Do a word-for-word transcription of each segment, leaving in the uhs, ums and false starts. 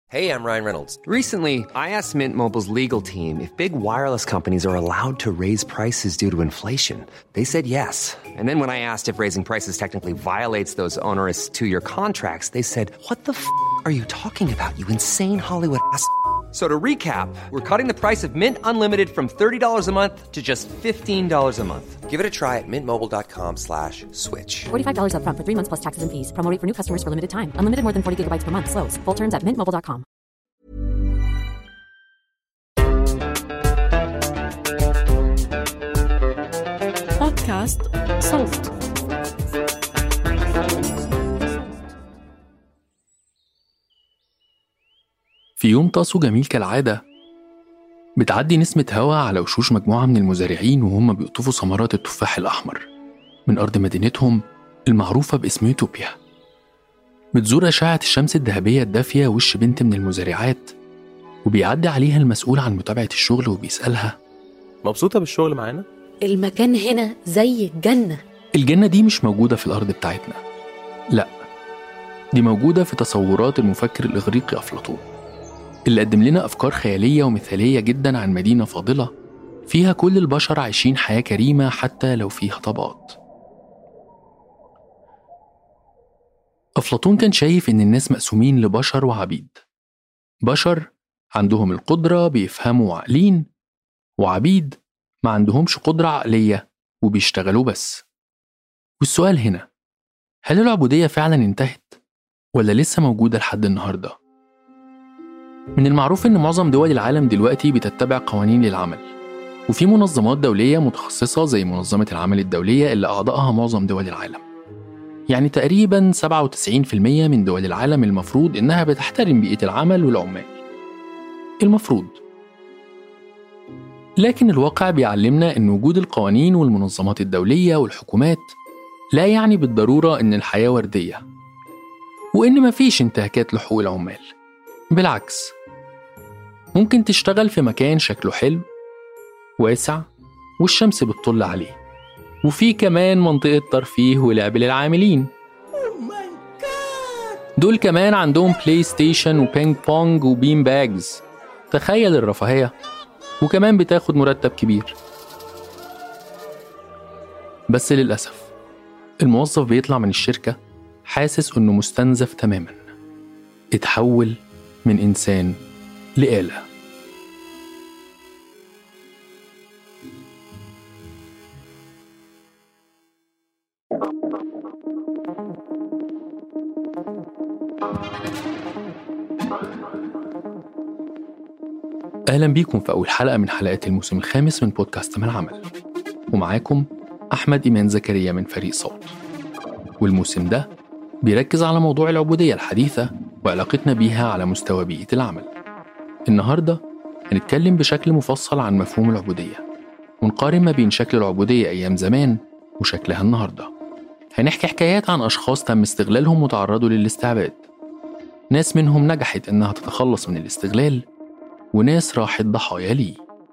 Hey, I'm Ryan Reynolds. Recently, I asked Mint Mobile's legal team if big wireless companies are allowed to raise prices due to inflation. They said yes. And then when I asked if raising prices technically violates those onerous two-year contracts, they said, "What the f*** are you talking about, you insane Hollywood ass?" So to recap, we're cutting the price of Mint Unlimited from thirty dollars a month to just fifteen dollars a month. Give it a try at mintmobile.com slash switch. forty-five dollars up front for three months plus taxes and fees. Promo rate for new customers for limited time. Unlimited more than forty gigabytes per month. Slows full terms at mint mobile dot com. بودكاست صوت. في يوم طاسو جميل كالعادة بتعدي نسمة هوا على وشوش مجموعة من المزارعين وهم بيقطفوا ثمرات التفاح الأحمر من أرض مدينتهم المعروفة باسم يوتوبيا. بتزور أشعة الشمس الذهبية الدافية وش بنت من المزارعات وبيعدي عليها المسؤول عن متابعة الشغل وبيسألها: مبسوطة بالشغل معانا؟ المكان هنا زي الجنة. الجنة دي مش موجودة في الأرض بتاعتنا، لأ، دي موجودة في تصورات المفكر الإغريقي أفلاطون اللي قدم لنا أفكار خيالية ومثالية جدا عن مدينة فاضلة فيها كل البشر عايشين حياة كريمة حتى لو فيها طبقات. أفلاطون كان شايف إن الناس مقسومين لبشر وعبيد، بشر عندهم القدرة بيفهموا وعقلين، وعبيد ما عندهمش قدرة عقلية وبيشتغلوا بس. والسؤال هنا، هل العبودية فعلا انتهت ولا لسه موجودة لحد النهاردة؟ من المعروف إن معظم دول العالم دلوقتي بتتبع قوانين للعمل، وفي منظمات دولية متخصصة زي منظمة العمل الدولية اللي أعضائها معظم دول العالم. يعني تقريباً سبعة وتسعين بالمية من دول العالم المفروض إنها بتحترم بيئة العمل والعمال. المفروض. لكن الواقع بيعلمنا إن وجود القوانين والمنظمات الدولية والحكومات لا يعني بالضرورة إن الحياة وردية، وإن مفيش انتهاكات لحقوق العمال. بالعكس، ممكن تشتغل في مكان شكله حلو واسع والشمس بتطل عليه، وفي كمان منطقة ترفيه ولعب للعاملين. دول كمان عندهم بلاي ستيشن وبينج بونج وبين باجز. تخيل الرفاهية، وكمان بتاخد مرتب كبير. بس للأسف الموظف بيطلع من الشركة حاسس إنه مستنزف تماما، اتحول من إنسان لآلة. أهلا بيكم في أول حلقة من حلقات الموسم الخامس من بودكاست من العمل، ومعاكم أحمد إيمان زكريا من فريق صوت. والموسم ده بيركز على موضوع العبودية الحديثة وعلاقتنا بيها على مستوى بيئة العمل. النهاردة هنتكلم بشكل مفصل عن مفهوم العبودية، ونقارن ما بين شكل العبودية أيام زمان وشكلها النهاردة. هنحكي حكايات عن أشخاص تم استغلالهم وتعرضوا للاستعباد، ناس منهم نجحت إنها تتخلص من الاستغلال، وناس راحت ضحايا ليه.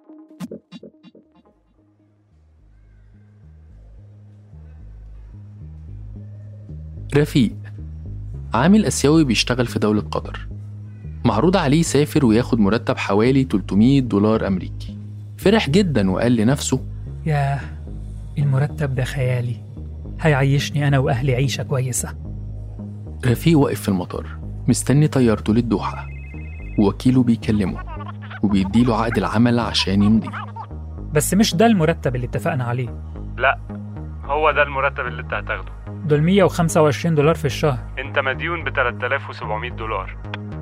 رفيق عامل أسيوي بيشتغل في دولة قطر، معروض عليه يسافر وياخد مرتب حوالي ثلاثمية دولار أمريكي. فرح جدا وقال لنفسه: ياه، المرتب ده خيالي، هيعيشني أنا وأهلي عيشة كويسة. رفيق واقف في المطار مستني طيارته للدوحة، ووكيله بيكلمه وبيديله عقد العمل عشان يمضي. بس مش ده المرتب اللي اتفقنا عليه. لا، هو ده المرتب اللي انت هتاخده. دول مية وخمسة وعشرين دولار في الشهر. انت مديون ب ثلاثة آلاف وسبعمية دولار.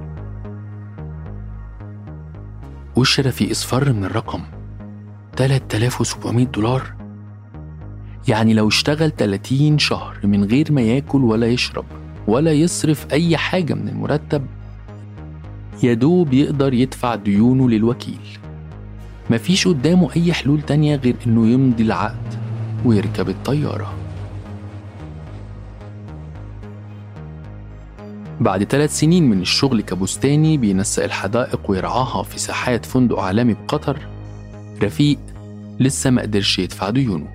وش رفيق اصفر من الرقم. ثلاثة آلاف وسبعمية دولار، يعني لو اشتغل ثلاثين شهر من غير ما ياكل ولا يشرب ولا يصرف أي حاجة من المرتب، يدوب يقدر يدفع ديونه للوكيل. مفيش قدامه أي حلول تانية غير إنه يمضي العقد ويركب الطيارة. بعد ثلاث سنين من الشغل كبستاني بينسق الحدائق ويرعاها في ساحات فندق عالمي بقطر، رفيق لسه ما قدرش يدفع ديونه.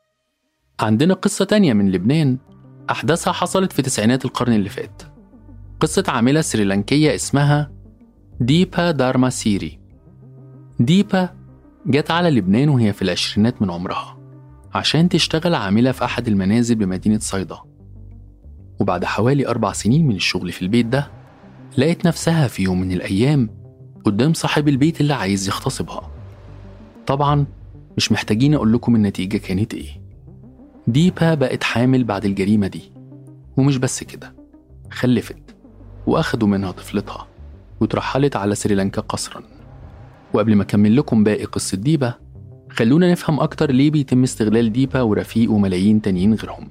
عندنا قصة تانية من لبنان، أحداثها حصلت في تسعينات القرن اللي فات. قصة عاملة سريلانكية اسمها ديبا دارما سيري. ديبا جت على لبنان وهي في العشرينات من عمرها عشان تشتغل عاملة في أحد المنازل بمدينة صيدا، وبعد حوالي أربع سنين من الشغل في البيت ده لقيت نفسها في يوم من الأيام قدام صاحب البيت اللي عايز يغتصبها. طبعا مش محتاجين أقول لكم النتيجة كانت إيه. ديبا بقت حامل بعد الجريمة دي، ومش بس كده، خلفت وأخدوا منها طفلتها وترحلت على سريلانكا قسرا. وقبل ما أكمل لكم باقي قصة ديبا، خلونا نفهم أكتر ليه بيتم استغلال ديبا ورفيق وملايين تانيين غيرهم.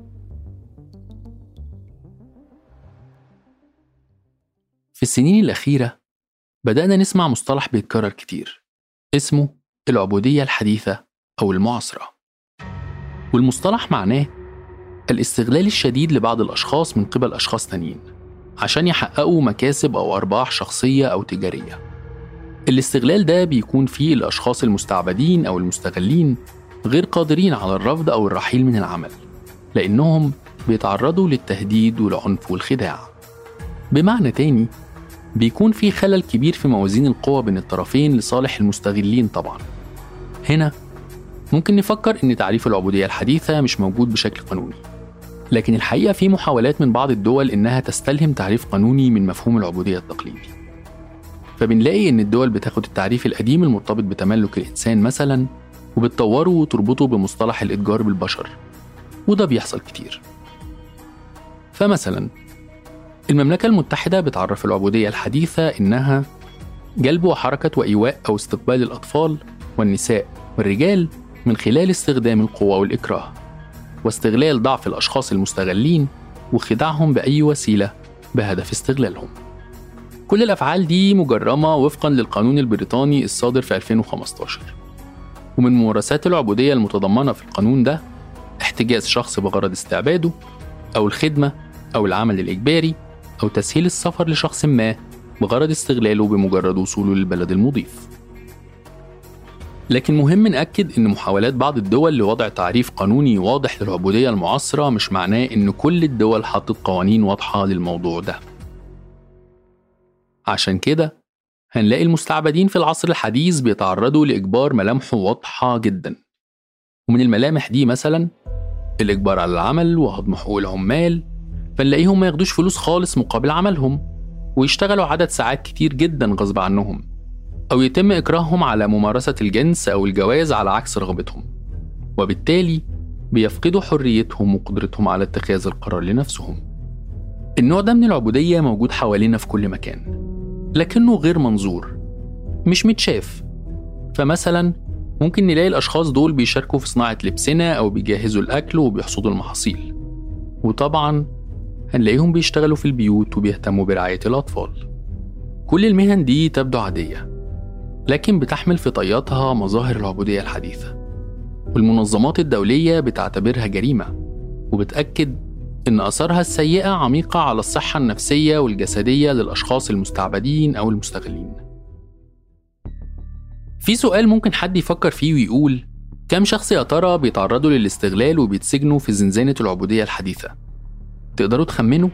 في السنين الأخيرة بدأنا نسمع مصطلح بيتكرر كتير اسمه العبودية الحديثة أو المعاصرة، والمصطلح معناه الاستغلال الشديد لبعض الأشخاص من قبل أشخاص تانيين عشان يحققوا مكاسب أو أرباح شخصية أو تجارية. الاستغلال ده بيكون فيه الأشخاص المستعبدين أو المستغلين غير قادرين على الرفض أو الرحيل من العمل، لأنهم بيتعرضوا للتهديد والعنف والخداع. بمعنى تاني، بيكون في خلل كبير في موازين القوى بين الطرفين لصالح المستغلين. طبعا هنا ممكن نفكر إن تعريف العبودية الحديثة مش موجود بشكل قانوني، لكن الحقيقة في محاولات من بعض الدول إنها تستلهم تعريف قانوني من مفهوم العبودية التقليدي. فبنلاقي إن الدول بتاخد التعريف القديم المرتبط بتملك الإنسان مثلا وبتطوره وتربطه بمصطلح الإتجار بالبشر، وده بيحصل كتير. فمثلا المملكة المتحدة بتعرف العبودية الحديثة إنها جلب وحركة وإيواء أو استقبال الأطفال والنساء والرجال من خلال استخدام القوة والإكراه، واستغلال ضعف الأشخاص المستغلين وخداعهم بأي وسيلة بهدف استغلالهم. كل الأفعال دي مجرمة وفقاً للقانون البريطاني الصادر في ألفين وخمستاشر. ومن ممارسات العبودية المتضمنة في القانون ده احتجاز شخص بغرض استعباده أو الخدمة أو العمل الإجباري أو تسهيل السفر لشخص ما بغرض استغلاله بمجرد وصوله للبلد المضيف. لكن مهم نأكد إن محاولات بعض الدول لوضع تعريف قانوني واضح للعبودية المعاصرة مش معناه إن كل الدول حطت قوانين واضحة للموضوع ده. عشان كده هنلاقي المستعبدين في العصر الحديث بيتعرضوا لإجبار ملامحه واضحة جدا، ومن الملامح دي مثلا الإجبار على العمل وهضم حقوق العمال، فنلاقيهم ما ياخدوش فلوس خالص مقابل عملهم ويشتغلوا عدد ساعات كتير جدا غصب عنهم، أو يتم إكراههم على ممارسة الجنس أو الجواز على عكس رغبتهم، وبالتالي بيفقدوا حريتهم وقدرتهم على اتخاذ القرار لنفسهم. النوع ده من العبودية موجود حوالينا في كل مكان، لكنه غير منظور، مش متشاف. فمثلا ممكن نلاقي الأشخاص دول بيشاركوا في صناعة لبسنا أو بيجهزوا الأكل وبيحصدوا المحاصيل، وطبعا هنلاقيهم بيشتغلوا في البيوت وبيهتموا برعاية الأطفال. كل المهن دي تبدو عادية، لكن بتحمل في طياتها مظاهر العبودية الحديثة، والمنظمات الدولية بتعتبرها جريمة وبتأكد إن أثرها السيئة عميقة على الصحة النفسية والجسدية للأشخاص المستعبدين أو المستغلين. في سؤال ممكن حد يفكر فيه ويقول: كم شخص يا ترى بيتعرضوا للاستغلال وبيتسجنوا في زنزانة العبودية الحديثة؟ تقدروا تخمنوا؟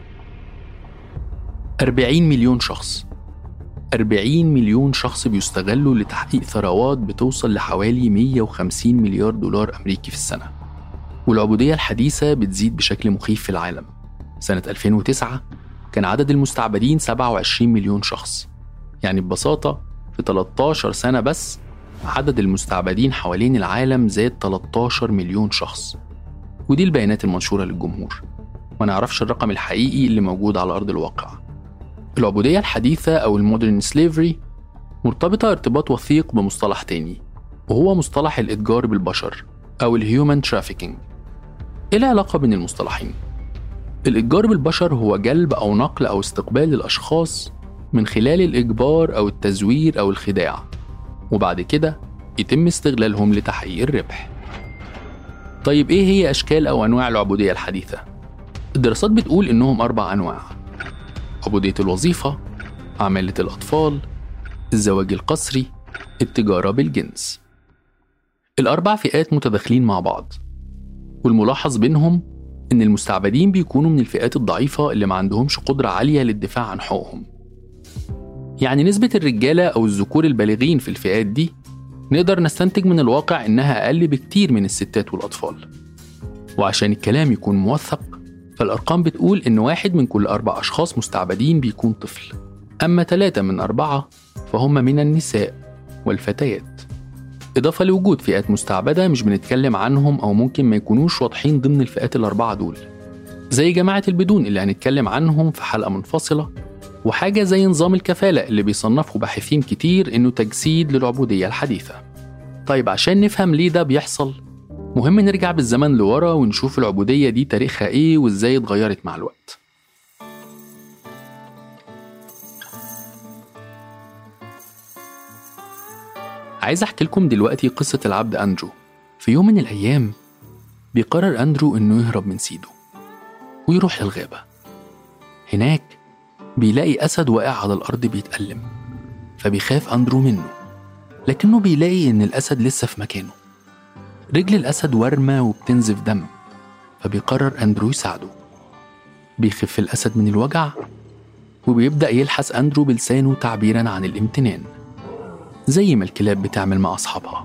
أربعين مليون شخص. أربعين مليون شخص بيستغلوا لتحقيق ثروات بتوصل لحوالي مية وخمسين مليار دولار أمريكي في السنة. والعبودية الحديثة بتزيد بشكل مخيف في العالم. سنة ألفين وتسعة كان عدد المستعبدين سبعة وعشرين مليون شخص. يعني ببساطة في ثلاثة عشر سنة بس عدد المستعبدين حوالين العالم زاد ثلاثة عشر مليون شخص. ودي البيانات المنشورة للجمهور، ما نعرفش الرقم الحقيقي اللي موجود على أرض الواقع. العبودية الحديثة أو المودرن سليفري مرتبطة ارتباط وثيق بمصطلح تاني، وهو مصطلح الإتجار بالبشر أو الهيومن ترافيكينج. إيه العلاقة بين المصطلحين؟ الإتجار بالبشر هو جلب أو نقل أو استقبال الأشخاص من خلال الإجبار أو التزوير أو الخداع، وبعد كده يتم استغلالهم لتحقيق الربح. طيب إيه هي أشكال أو أنواع العبودية الحديثة؟ الدراسات بتقول إنهم أربع أنواع: عبودية الوظيفة، عمالة الأطفال، الزواج القسري، التجارة بالجنس. الأربع فئات متداخلين مع بعض، والملاحظ بينهم إن المستعبدين بيكونوا من الفئات الضعيفة اللي ما عندهمش قدرة عالية للدفاع عن حقوقهم. يعني نسبة الرجالة أو الذكور البالغين في الفئات دي نقدر نستنتج من الواقع إنها أقل بكتير من الستات والأطفال. وعشان الكلام يكون موثق، فالأرقام بتقول إن واحد من كل أربع أشخاص مستعبدين بيكون طفل، أما ثلاثة من أربعة فهم من النساء والفتيات. إضافة لوجود فئات مستعبدة مش بنتكلم عنهم أو ممكن ما يكونوش واضحين ضمن الفئات الأربعة دول، زي جماعة البدون اللي هنتكلم عنهم في حلقة منفصلة، وحاجة زي نظام الكفالة اللي بيصنفه باحثين كتير إنه تجسيد للعبودية الحديثة. طيب عشان نفهم ليه ده بيحصل، مهم نرجع بالزمن لورا ونشوف العبودية دي تاريخها إيه وإزاي اتغيرت مع الوقت. عايز أحكي لكم دلوقتي قصة العبد أندرو. في يوم من الأيام بيقرر أندرو إنه يهرب من سيده ويروح للغابة. هناك بيلاقي أسد واقع على الأرض بيتألم، فبيخاف أندرو منه، لكنه بيلاقي إن الأسد لسه في مكانه. رجل الأسد ورمة وبتنزف دم، فبيقرر أندرو يساعده. بيخف الأسد من الوجع وبيبدأ يلحس أندرو بلسانه تعبيراً عن الامتنان، زي ما الكلاب بتعمل مع أصحابها.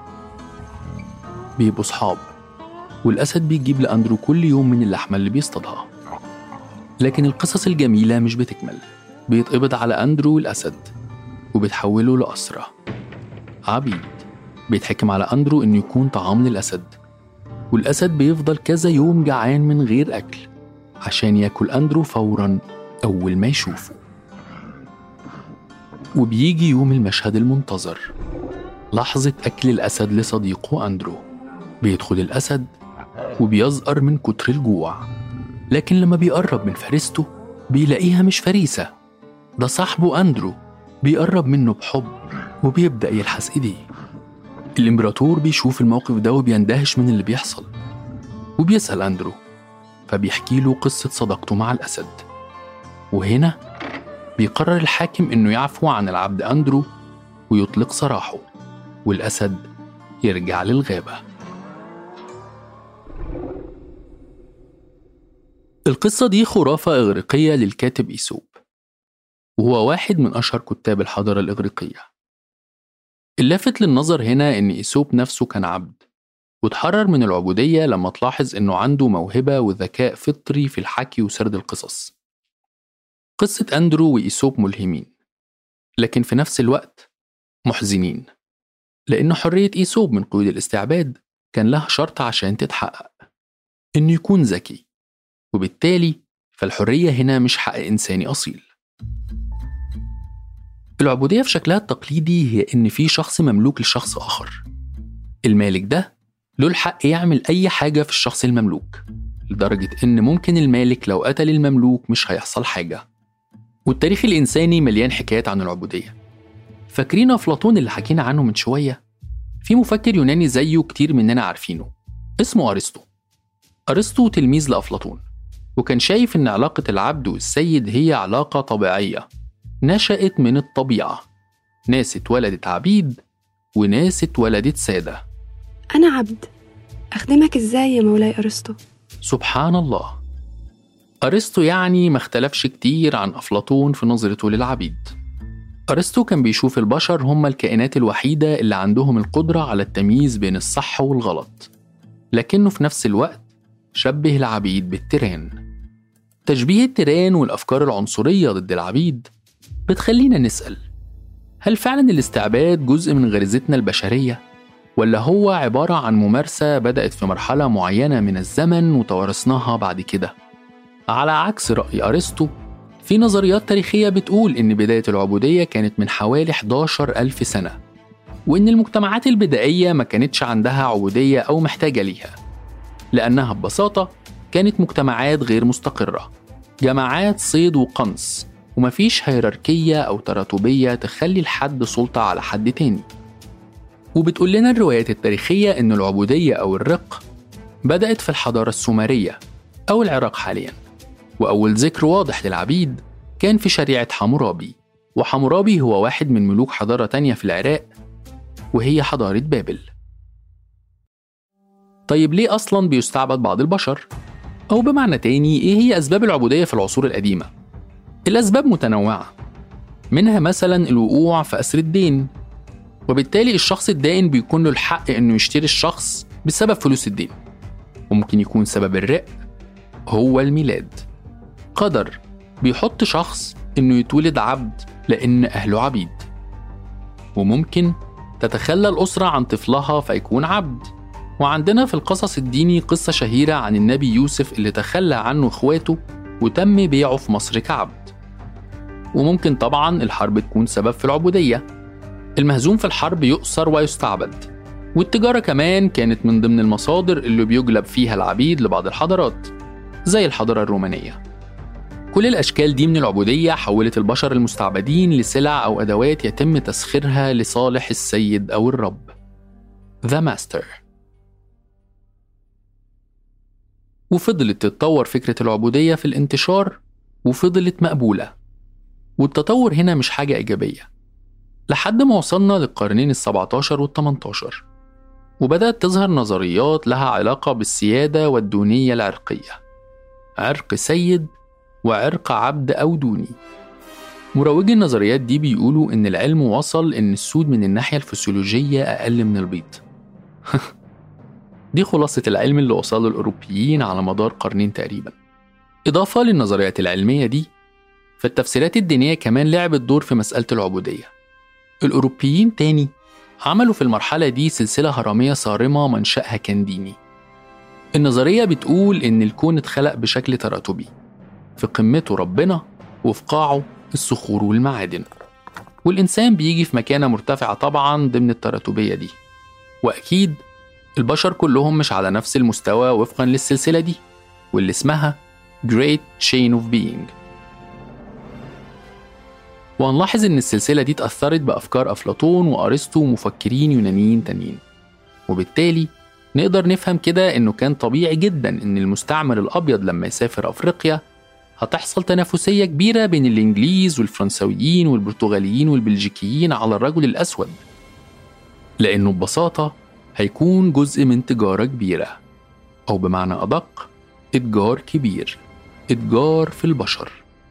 بيبقوا صحاب، والأسد بيجيب لأندرو كل يوم من اللحمة اللي بيصطادها. لكن القصص الجميلة مش بتكمل. بيتقبض على أندرو الأسد وبتحوله لأسرة عبيد. بيتحكم على أندرو إنه يكون طعام للأسد، والأسد بيفضل كذا يوم جعان من غير أكل عشان يأكل أندرو فوراً أول ما يشوفه. وبيجي يوم المشهد المنتظر، لحظة أكل الأسد لصديقه أندرو. بيدخل الأسد وبيزقر من كتر الجوع، لكن لما بيقرب من فريسته بيلاقيها مش فريسة، ده صاحبه أندرو. بيقرب منه بحب وبيبدأ يلحس إيديه. الإمبراطور بيشوف الموقف ده وبيندهش من اللي بيحصل، وبيسأل أندرو، فبيحكي له قصة صداقته مع الأسد. وهنا بيقرر الحاكم إنه يعفو عن العبد أندرو ويطلق سراحه، والأسد يرجع للغابة. القصة دي خرافة إغريقية للكاتب إيسوب، وهو واحد من أشهر كتاب الحضارة الإغريقية. اللافت للنظر هنا إن إيسوب نفسه كان عبد، وتحرر من العبودية لما تلاحظ إنه عنده موهبة وذكاء فطري في الحكي وسرد القصص. قصة أندرو وإيسوب ملهمين، لكن في نفس الوقت محزنين، لأن حرية إيسوب من قيود الاستعباد كان لها شرط عشان تتحقق، إنه يكون ذكي، وبالتالي فالحرية هنا مش حق إنساني أصيل. العبودية في شكلها التقليدي هي إن في شخص مملوك لشخص آخر. المالك ده له الحق يعمل أي حاجة في الشخص المملوك، لدرجة إن ممكن المالك لو قتل المملوك مش هيحصل حاجة. والتاريخ الإنساني مليان حكايات عن العبودية. فاكرين أفلاطون اللي حكينا عنه من شوية؟ في مفكر يوناني زيه كتير مننا عارفينه، اسمه أرسطو. أرسطو تلميذ لأفلاطون، وكان شايف إن علاقة العبد والسيد هي علاقة طبيعية نشأت من الطبيعة. ناس اتولدت عبيد وناس اتولدت سادة. أنا عبد، أخدمك إزاي يا مولاي أرسطو؟ سبحان الله. أرسطو يعني ما اختلفش كتير عن أفلاطون في نظرته للعبيد. أرسطو كان بيشوف البشر هم الكائنات الوحيدة اللي عندهم القدرة على التمييز بين الصح والغلط، لكنه في نفس الوقت شبه العبيد بالتيران. تشبيه التيران والأفكار العنصرية ضد العبيد بتخلينا نسأل، هل فعلا الاستعباد جزء من غريزتنا البشرية، ولا هو عبارة عن ممارسة بدأت في مرحلة معينة من الزمن وتوارثناها بعد كده؟ على عكس رأي أرسطو، في نظريات تاريخية بتقول إن بداية العبودية كانت من حوالي إحدى عشر ألف سنة، وإن المجتمعات البدائية ما كانتش عندها عبودية أو محتاجة ليها، لأنها ببساطة كانت مجتمعات غير مستقرة، جماعات صيد وقنص، ومفيش هيراركية أو تراتبية تخلي الحد سلطة على حد تاني. وبتقول لنا الروايات التاريخية إن العبودية أو الرق بدأت في الحضارة السومرية أو العراق حالياً، وأول ذكر واضح للعبيد كان في شريعة حمورابي. وحمورابي هو واحد من ملوك حضارة تانية في العراق، وهي حضارة بابل. طيب ليه أصلاً بيستعبد بعض البشر؟ أو بمعنى تاني إيه هي أسباب العبودية في العصور القديمة؟ الأسباب متنوعة، منها مثلا الوقوع في أسر الدين، وبالتالي الشخص الدائن بيكون له الحق إنه يشتري الشخص بسبب فلوس الدين. وممكن يكون سبب الرق هو الميلاد، قدر بيحط شخص إنه يتولد عبد لأن أهله عبيد. وممكن تتخلى الأسرة عن طفلها فيكون عبد، وعندنا في القصص الديني قصة شهيرة عن النبي يوسف اللي تخلى عنه إخواته وتم بيعه في مصر كعبد. وممكن طبعا الحرب تكون سبب في العبودية، المهزوم في الحرب يؤسر ويستعبد. والتجارة كمان كانت من ضمن المصادر اللي بيجلب فيها العبيد لبعض الحضارات زي الحضارة الرومانية. كل الأشكال دي من العبودية حولت البشر المستعبدين لسلع أو أدوات يتم تسخيرها لصالح السيد أو الرب The Master. وفضلت تتطور فكرة العبودية في الانتشار وفضلت مقبولة، والتطور هنا مش حاجة إيجابية، لحد ما وصلنا للقرنين السبعتاشر والتمنتاشر، وبدأت تظهر نظريات لها علاقة بالسيادة والدونية العرقية، عرق سيد وعرق عبد أو دوني. مروجي النظريات دي بيقولوا إن العلم وصل إن السود من الناحية الفسيولوجية أقل من البيض. دي خلاصة العلم اللي وصله الأوروبيين على مدار قرنين تقريبا. إضافة للنظريات العلمية دي، فالتفسيرات الدينية كمان لعبت دور في مسألة العبودية. الأوروبيين تاني عملوا في المرحلة دي سلسلة هرمية صارمة منشأها كان ديني. النظرية بتقول إن الكون اتخلق بشكل تراتبي، في قمته ربنا وفي قاعه الصخور والمعادن، والإنسان بيجي في مكانة مرتفعة طبعا ضمن التراتبية دي. وأكيد البشر كلهم مش على نفس المستوى وفقا للسلسلة دي واللي اسمها Great Chain of Being. وهنلاحظ إن السلسلة دي تأثرت بأفكار أفلاطون وأرسطو ومفكرين يونانيين تانيين، وبالتالي نقدر نفهم كده إنه كان طبيعي جدا إن المستعمر الأبيض لما يسافر أفريقيا هتحصل تنافسية كبيرة بين الإنجليز والفرنسويين والبرتغاليين والبلجيكيين على الرجل الأسود، لأنه ببساطة هيكون جزء من تجارة كبيرة، أو بمعنى أدق إتجار كبير، إتجار في البشر.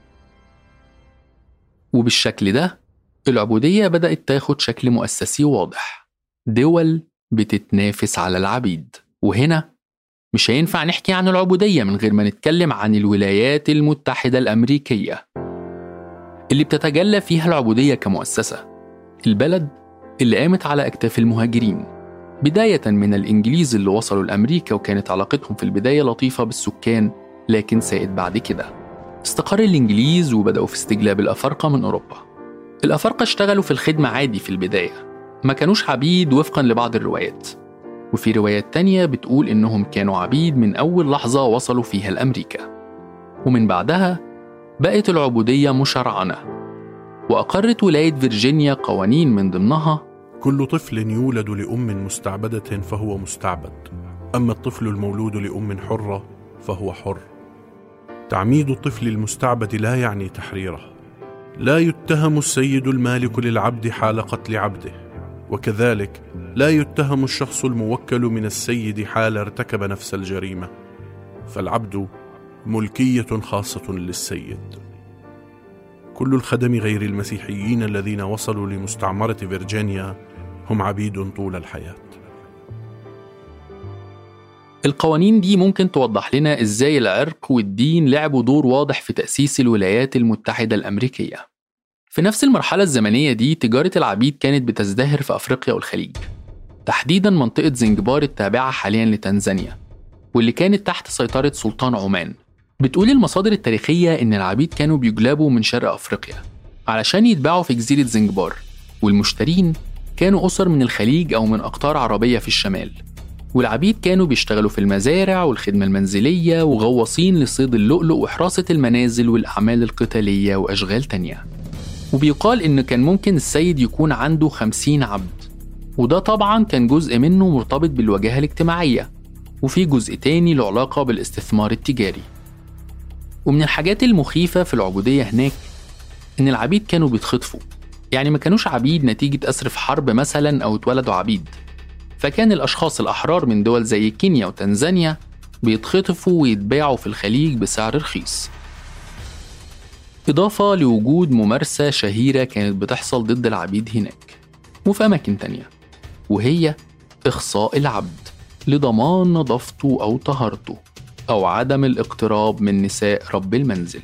وبالشكل ده العبودية بدأت تاخد شكل مؤسسي واضح، دول بتتنافس على العبيد. وهنا مش هينفع نحكي عن العبودية من غير ما نتكلم عن الولايات المتحدة الأمريكية اللي بتتجلى فيها العبودية كمؤسسة، البلد اللي قامت على أكتاف المهاجرين، بداية من الإنجليز اللي وصلوا لأمريكا وكانت علاقتهم في البداية لطيفة بالسكان، لكن سائد بعد كده. استقر الإنجليز وبدأوا في استجلاب الأفارقة من أوروبا. الأفارقة اشتغلوا في الخدمة عادي في البداية، ما كانوش عبيد وفقا لبعض الروايات، وفي روايات تانية بتقول إنهم كانوا عبيد من أول لحظة وصلوا فيها لأمريكا. ومن بعدها بقت العبودية مشرعنة، وأقرت ولاية فيرجينيا قوانين من ضمنها: كل طفل يولد لأم مستعبدة فهو مستعبد، أما الطفل المولود لأم حرة فهو حر. تعميد الطفل المستعبد لا يعني تحريره. لا يتهم السيد المالك للعبد حال قتل عبده، وكذلك لا يتهم الشخص الموكل من السيد حال ارتكب نفس الجريمة، فالعبد ملكية خاصة للسيد. كل الخدم غير المسيحيين الذين وصلوا لمستعمرة فيرجينيا هم عبيد طول الحياة. القوانين دي ممكن توضح لنا إزاي العرق والدين لعبوا دور واضح في تأسيس الولايات المتحدة الأمريكية. في نفس المرحلة الزمنية دي تجارة العبيد كانت بتزدهر في أفريقيا والخليج، تحديداً منطقة زنجبار التابعة حالياً لتنزانيا، واللي كانت تحت سيطرة سلطان عمان. بتقول المصادر التاريخية إن العبيد كانوا بيجلبوا من شرق أفريقيا علشان يتباعوا في جزيرة زنجبار، والمشترين كانوا أسر من الخليج أو من أقطار عربية في الشمال. والعبيد كانوا بيشتغلوا في المزارع والخدمة المنزلية وغواصين لصيد اللؤلؤ وحراسة المنازل والأعمال القتالية وأشغال تانية. وبيقال إن كان ممكن السيد يكون عنده خمسين عبد، وده طبعاً كان جزء منه مرتبط بالوجاهة الاجتماعية، وفي جزء تاني له علاقة بالاستثمار التجاري. ومن الحاجات المخيفة في العبودية هناك إن العبيد كانوا بيتخطفوا، يعني ما كانوش عبيد نتيجة أسر في حرب مثلاً أو اتولدوا عبيد، فكان الأشخاص الأحرار من دول زي كينيا وتنزانيا بيتخطفوا ويتباعوا في الخليج بسعر رخيص. إضافة لوجود ممارسة شهيرة كانت بتحصل ضد العبيد هناك وفي أماكن تانية، وهي إخصاء العبد لضمان نظافته أو طهارته أو عدم الاقتراب من نساء رب المنزل.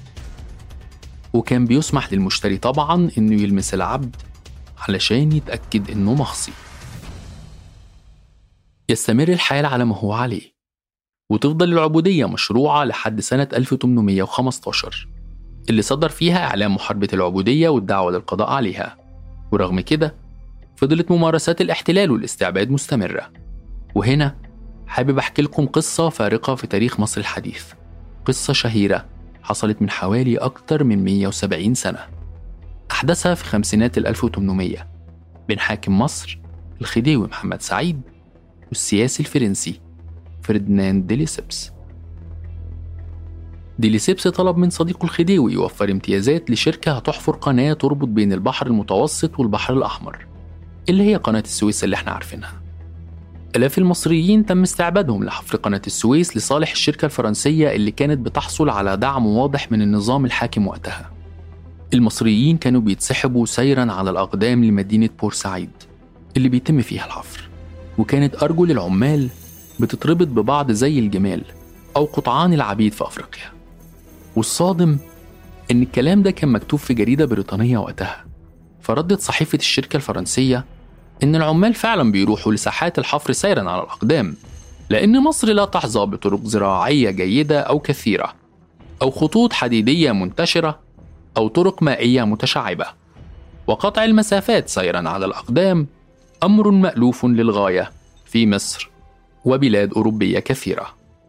وكان بيسمح للمشتري طبعاً إنه يلمس العبد علشان يتأكد إنه مخصي. يستمر الحال على ما هو عليه، وتفضل العبودية مشروعة لحد سنة ألف وثمانمائة وخمسة عشر اللي صدر فيها إعلان محاربة العبودية والدعوة للقضاء عليها. ورغم كده فضلت ممارسات الاحتلال والاستعباد مستمرة. وهنا حابب أحكي لكم قصة فارقة في تاريخ مصر الحديث، قصة شهيرة حصلت من حوالي أكتر من مئة وسبعين سنة. أحدثها في خمسينات الألف وثمانمائة بين حاكم مصر الخديوي محمد سعيد والسياسي الفرنسي فرديناند دي ليسيبس. دي ليسيبس طلب من صديقه الخديوي يوفر امتيازات لشركة هتحفر قناة تربط بين البحر المتوسط والبحر الأحمر، اللي هي قناة السويس اللي احنا عارفينها. آلاف المصريين تم استعبادهم لحفر قناة السويس لصالح الشركة الفرنسية اللي كانت بتحصل على دعم واضح من النظام الحاكم وقتها. المصريين كانوا بيتسحبوا سيراً على الأقدام لمدينة بورسعيد اللي بيتم فيها الحفر، وكانت أرجل العمال بتتربط ببعض زي الجمال أو قطعان العبيد في أفريقيا. والصادم إن الكلام ده كان مكتوب في جريدة بريطانية وقتها. فردت صحيفة الشركة الفرنسية إن العمال فعلا بيروحوا لساحات الحفر سيرا على الأقدام، لأن مصر لا تحظى بطرق زراعية جيدة أو كثيرة، أو خطوط حديدية منتشرة، أو طرق مائية متشعبة، وقطع المسافات سيرا على الأقدام أمر مألوف للغاية في مصر وبلاد أوروبية كثيرة.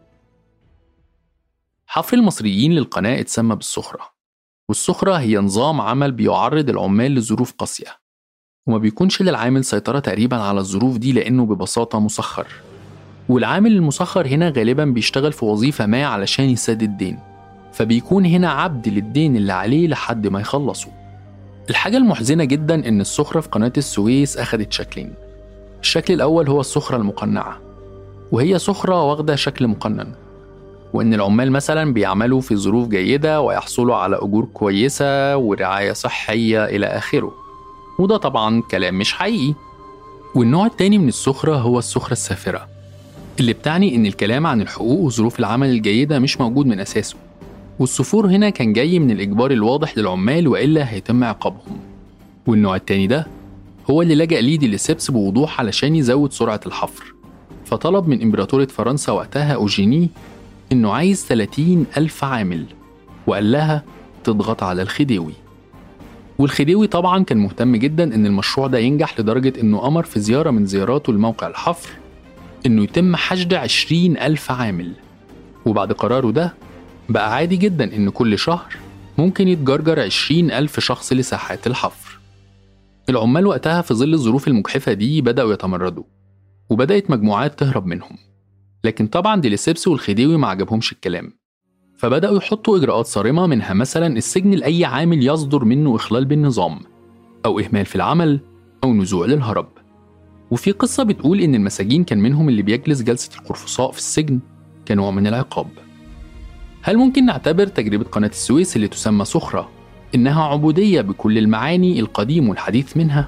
حفر المصريين للقناة اتسمى بالصخرة، والصخرة هي نظام عمل بيعرض العمال لظروف قاسية، وما بيكونش للعامل سيطرة تقريبا على الظروف دي لأنه ببساطة مسخر. والعامل المسخر هنا غالبا بيشتغل في وظيفة ما علشان يسدد الدين، فبيكون هنا عبد للدين اللي عليه لحد ما يخلصه. الحاجة المحزنة جدا إن الصخرة في قناة السويس أخدت شكلين. الشكل الأول هو الصخرة المقنعة، وهي صخرة واخدة شكل مقنن، وإن العمال مثلا بيعملوا في ظروف جيدة ويحصلوا على أجور كويسة ورعاية صحية إلى آخره، وده طبعا كلام مش حقيقي. والنوع التاني من الصخرة هو الصخرة السافرة، اللي بتعني إن الكلام عن الحقوق وظروف العمل الجيدة مش موجود من أساسه، والصفور هنا كان جاي من الإجبار الواضح للعمال وإلا هيتم عقابهم. والنوع التاني ده هو اللي لجأ ليه دي ليسيبس بوضوح علشان يزود سرعة الحفر، فطلب من إمبراطورة فرنسا وقتها أوجيني إنه عايز ثلاثين ألف عامل، وقال لها تضغط على الخديوي. والخديوي طبعا كان مهتم جدا إن المشروع ده ينجح لدرجة إنه أمر في زيارة من زياراته لموقع الحفر إنه يتم حشد عشرين ألف عامل. وبعد قراره ده بقى عادي جدا إن كل شهر ممكن يتجرجر عشرين ألف شخص لساحات الحفر. العمال وقتها في ظل الظروف المجحفة دي بدأوا يتمردوا، وبدأت مجموعات تهرب منهم. لكن طبعا دي ليسيبس والخديوي ما عجبهمش الكلام، فبدأوا يحطوا إجراءات صارمة، منها مثلا السجن لأي عامل يصدر منه إخلال بالنظام أو إهمال في العمل أو نزوع للهرب. وفي قصة بتقول إن المساجين كان منهم اللي بيجلس جلسة القرفصاء في السجن كنوع من العقاب. هل ممكن نعتبر تجربة قناة السويس اللي تسمى صخرة إنها عبودية بكل المعاني القديم والحديث منها؟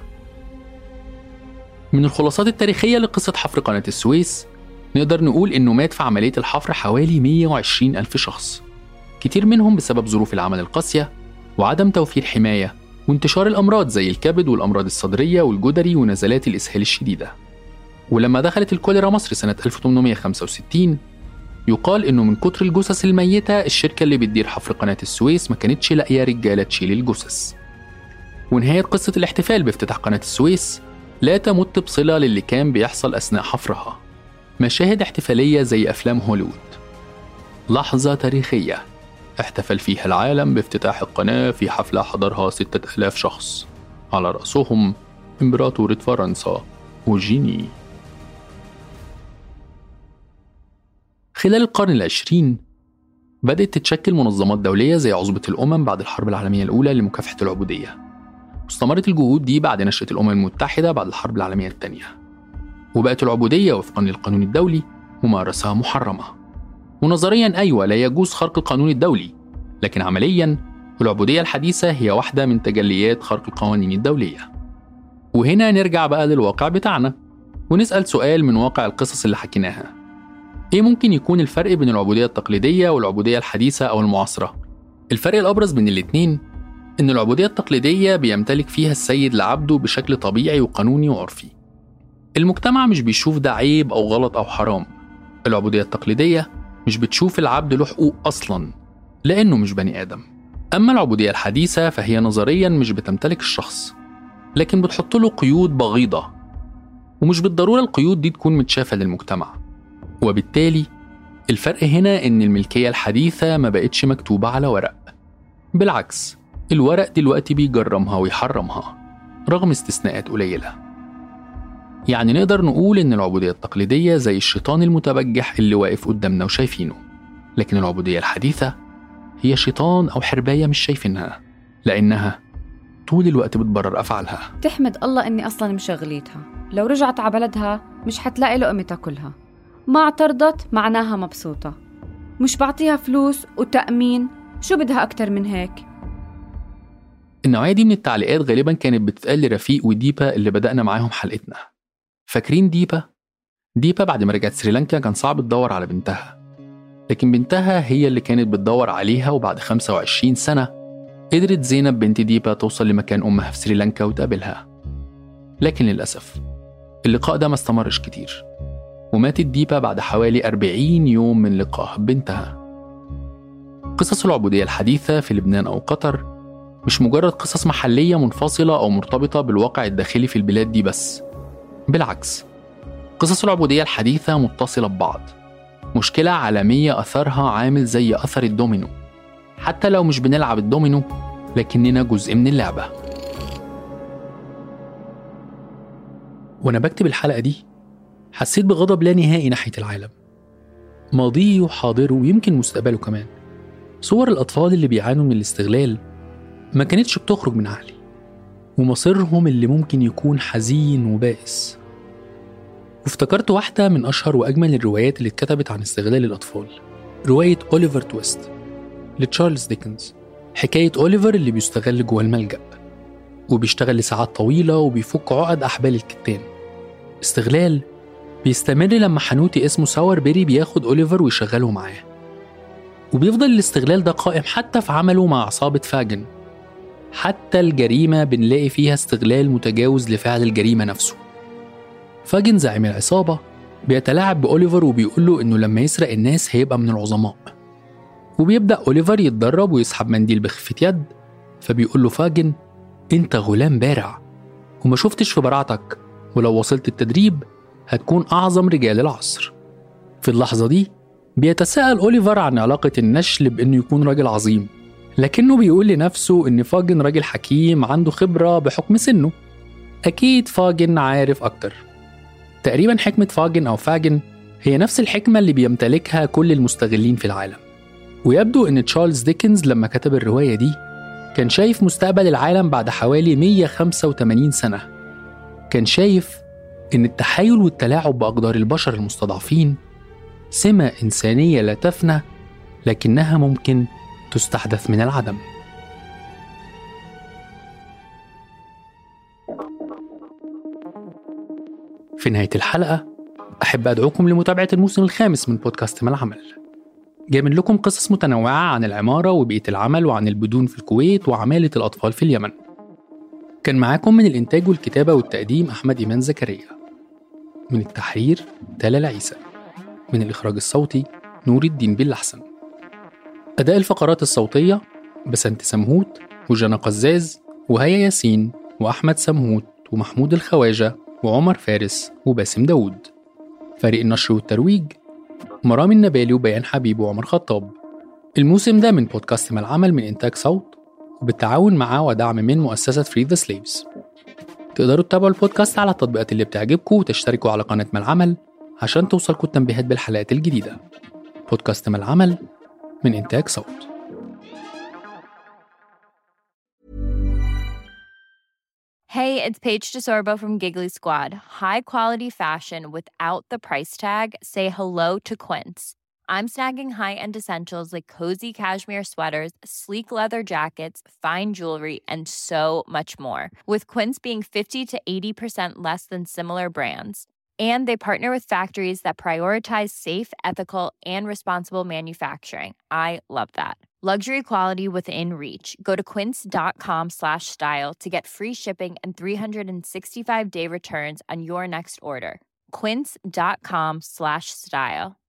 من الخلاصات التاريخية لقصة حفر قناة السويس نقدر نقول إنه مات في عملية الحفر حوالي مئة وعشرين ألف شخص، كتير منهم بسبب ظروف العمل القاسية وعدم توفير حماية وانتشار الأمراض زي الكبد والأمراض الصدرية والجدري ونزلات الإسهال الشديدة. ولما دخلت الكوليرا مصر سنة ألف وثمانمائة وخمسة وستين يقال إنه من كتر الجثث الميتة الشركة اللي بتدير حفر قناة السويس ما كانتش لاقية رجالة تشيل الجثث. ونهاية قصة الاحتفال بافتتاح قناة السويس لا تمت بصلة للي كان بيحصل أثناء حفرها، مشاهد احتفالية زي أفلام هوليوود. لحظة تاريخية احتفل فيها العالم بافتتاح القناة في حفلة حضرها ستة آلاف شخص، على رأسهم إمبراطورة فرنسا أوجيني. خلال القرن العشرين بدأت تتشكل منظمات دولية زي عصبة الأمم بعد الحرب العالمية الأولى لمكافحة العبودية، واستمرت الجهود دي بعد نشأة الأمم المتحدة بعد الحرب العالمية الثانية. وبقت العبودية وفقا للقانون الدولي ممارسة محرمة، ونظريا أيوة لا يجوز خرق القانون الدولي، لكن عمليا العبودية الحديثة هي واحدة من تجليات خرق القوانين الدولية. وهنا نرجع بقى للواقع بتاعنا ونسأل سؤال من واقع القصص اللي حكيناها: إيه ممكن يكون الفرق بين العبودية التقليدية والعبودية الحديثة أو المعاصرة؟ الفرق الأبرز بين الاتنين إن العبودية التقليدية بيمتلك فيها السيد لعبده بشكل طبيعي وقانوني وعرفي. المجتمع مش بيشوف ده عيب أو غلط أو حرام. العبودية التقليدية مش بتشوف العبد له حقوق أصلاً لأنه مش بني آدم. أما العبودية الحديثة فهي نظرياً مش بتمتلك الشخص، لكن بتحط له قيود بغيضة، ومش بالضرورة القيود دي تكون متشافة للمجتمع. وبالتالي الفرق هنا إن الملكية الحديثة ما بقتش مكتوبة على ورق، بالعكس الورق دلوقتي بيجرمها ويحرمها رغم استثناءات قليلة. يعني نقدر نقول إن العبودية التقليدية زي الشيطان المتبجح اللي واقف قدامنا وشايفينه، لكن العبودية الحديثة هي شيطان أو حرباية مش شايفينها، لأنها طول الوقت بتبرر أفعالها. تحمد الله إني أصلاً مشغليتها، لو رجعت على بلدها مش حتلاقي لقمة تاكلها. ما اعترضت معناها مبسوطة، مش بعطيها فلوس وتأمين، شو بدها أكتر من هيك؟ النوعية دي من التعليقات غالباً كانت بتتقال لرفيق وديبا اللي بدأنا معاهم حلقتنا. فاكرين ديبا؟ ديبا بعد ما رجعت سريلانكا كان صعب تدور على بنتها، لكن بنتها هي اللي كانت بتدور عليها، وبعد خمسة وعشرين سنة قدرت زينب بنت ديبا توصل لمكان أمها في سريلانكا وتقابلها. لكن للأسف اللقاء ده ما استمرش كتير، وماتت ديبا بعد حوالي أربعين يوم من لقائها ببنتها. قصص العبودية الحديثة في لبنان أو قطر مش مجرد قصص محلية منفصلة أو مرتبطة بالواقع الداخلي في البلاد دي بس، بالعكس قصص العبودية الحديثة متصلة ببعض، مشكلة عالمية أثرها عامل زي أثر الدومينو. حتى لو مش بنلعب الدومينو لكننا جزء من اللعبة. وأنا بكتب الحلقة دي حسيت بغضب لا نهائي ناحية العالم، ماضيه وحاضره ويمكن مستقبله كمان. صور الأطفال اللي بيعانوا من الاستغلال ما كانتش بتخرج من عقلي، ومصيرهم اللي ممكن يكون حزين وبائس. وافتكرت واحدة من أشهر وأجمل الروايات اللي اتكتبت عن استغلال الأطفال، رواية أوليفر تويست لتشارلز ديكنز. حكاية أوليفر اللي بيستغل جوه الملجأ وبيشتغل لساعات طويلة وبيفك عقد أحبال الكتان. استغلال بيستمر لما حنوتي اسمه ساور بيري بياخد أوليفر ويشغله معاه، وبيفضل الاستغلال ده قائم حتى في عمله مع عصابة فاجن. حتى الجريمة بنلاقي فيها استغلال متجاوز لفعل الجريمة نفسه. فاجن زعيم العصابة بيتلاعب بأوليفر وبيقول له إنه لما يسرق الناس هيبقى من العظماء، وبيبدأ أوليفر يتدرب ويسحب منديل بخفة يد، فبيقول له فاجن: أنت غلام بارع وما شفتش في براعتك، ولو وصلت التدريب هتكون أعظم رجال العصر. في اللحظة دي بيتساءل أوليفر عن علاقة النشل بأنه يكون راجل عظيم، لكنه بيقول لنفسه إن فاجن راجل حكيم عنده خبرة بحكم سنه. أكيد فاجن عارف أكتر. تقريبا حكمة فاجن أو فاجن هي نفس الحكمة اللي بيمتلكها كل المستغلين في العالم. ويبدو إن تشارلز ديكنز لما كتب الرواية دي كان شايف مستقبل العالم بعد حوالي مية وخمسة وثمانين سنة. كان شايف إن التحايل والتلاعب بأقدار البشر المستضعفين سمة إنسانية لا تفنى، لكنها ممكن تستحدث من العدم. في نهاية الحلقة أحب أدعوكم لمتابعة الموسم الخامس من بودكاست ما العمل. جايبين لكم قصص متنوعة عن العمارة وبيئة العمل وعن البدون في الكويت وعمالة الأطفال في اليمن. كان معاكم من الإنتاج والكتابة والتقديم أحمد إيمان زكريا، من التحرير تالا العيسى، من الإخراج الصوتي نور الدين باللحسن. أداء الفقرات الصوتية بسنت سمهوت وجنى قزاز وهيا ياسين وأحمد سمهوت ومحمود الخواجة وعمر فارس وباسم داود. فريق النشر والترويج مرام النبالي وبيان حبيب وعمر خطاب. الموسم ده من بودكاست ما العمل من إنتاج صوت وبالتعاون مع ودعم من مؤسسة فري ذا سليفز. تقدروا تتابعوا البودكاست على التطبيقات اللي بتعجبكم وتشتركوا على قناة ما العمل عشان توصلكم التنبيهات بالحلقات الجديدة. بودكاست ما العمل من إنتاج صوت. Hey, it's Paige DeSorbo from Giggly Squad. High quality fashion without the price tag. Say hello to Quince. I'm snagging high-end essentials like cozy cashmere sweaters, sleek leather jackets, fine jewelry, and so much more. With Quince being fifty to eighty percent less than similar brands. And they partner with factories that prioritize safe, ethical, and responsible manufacturing. I love that. Luxury quality within reach. Go to quince.com slash style to get free shipping and three sixty-five day returns on your next order. Quince.com slash style.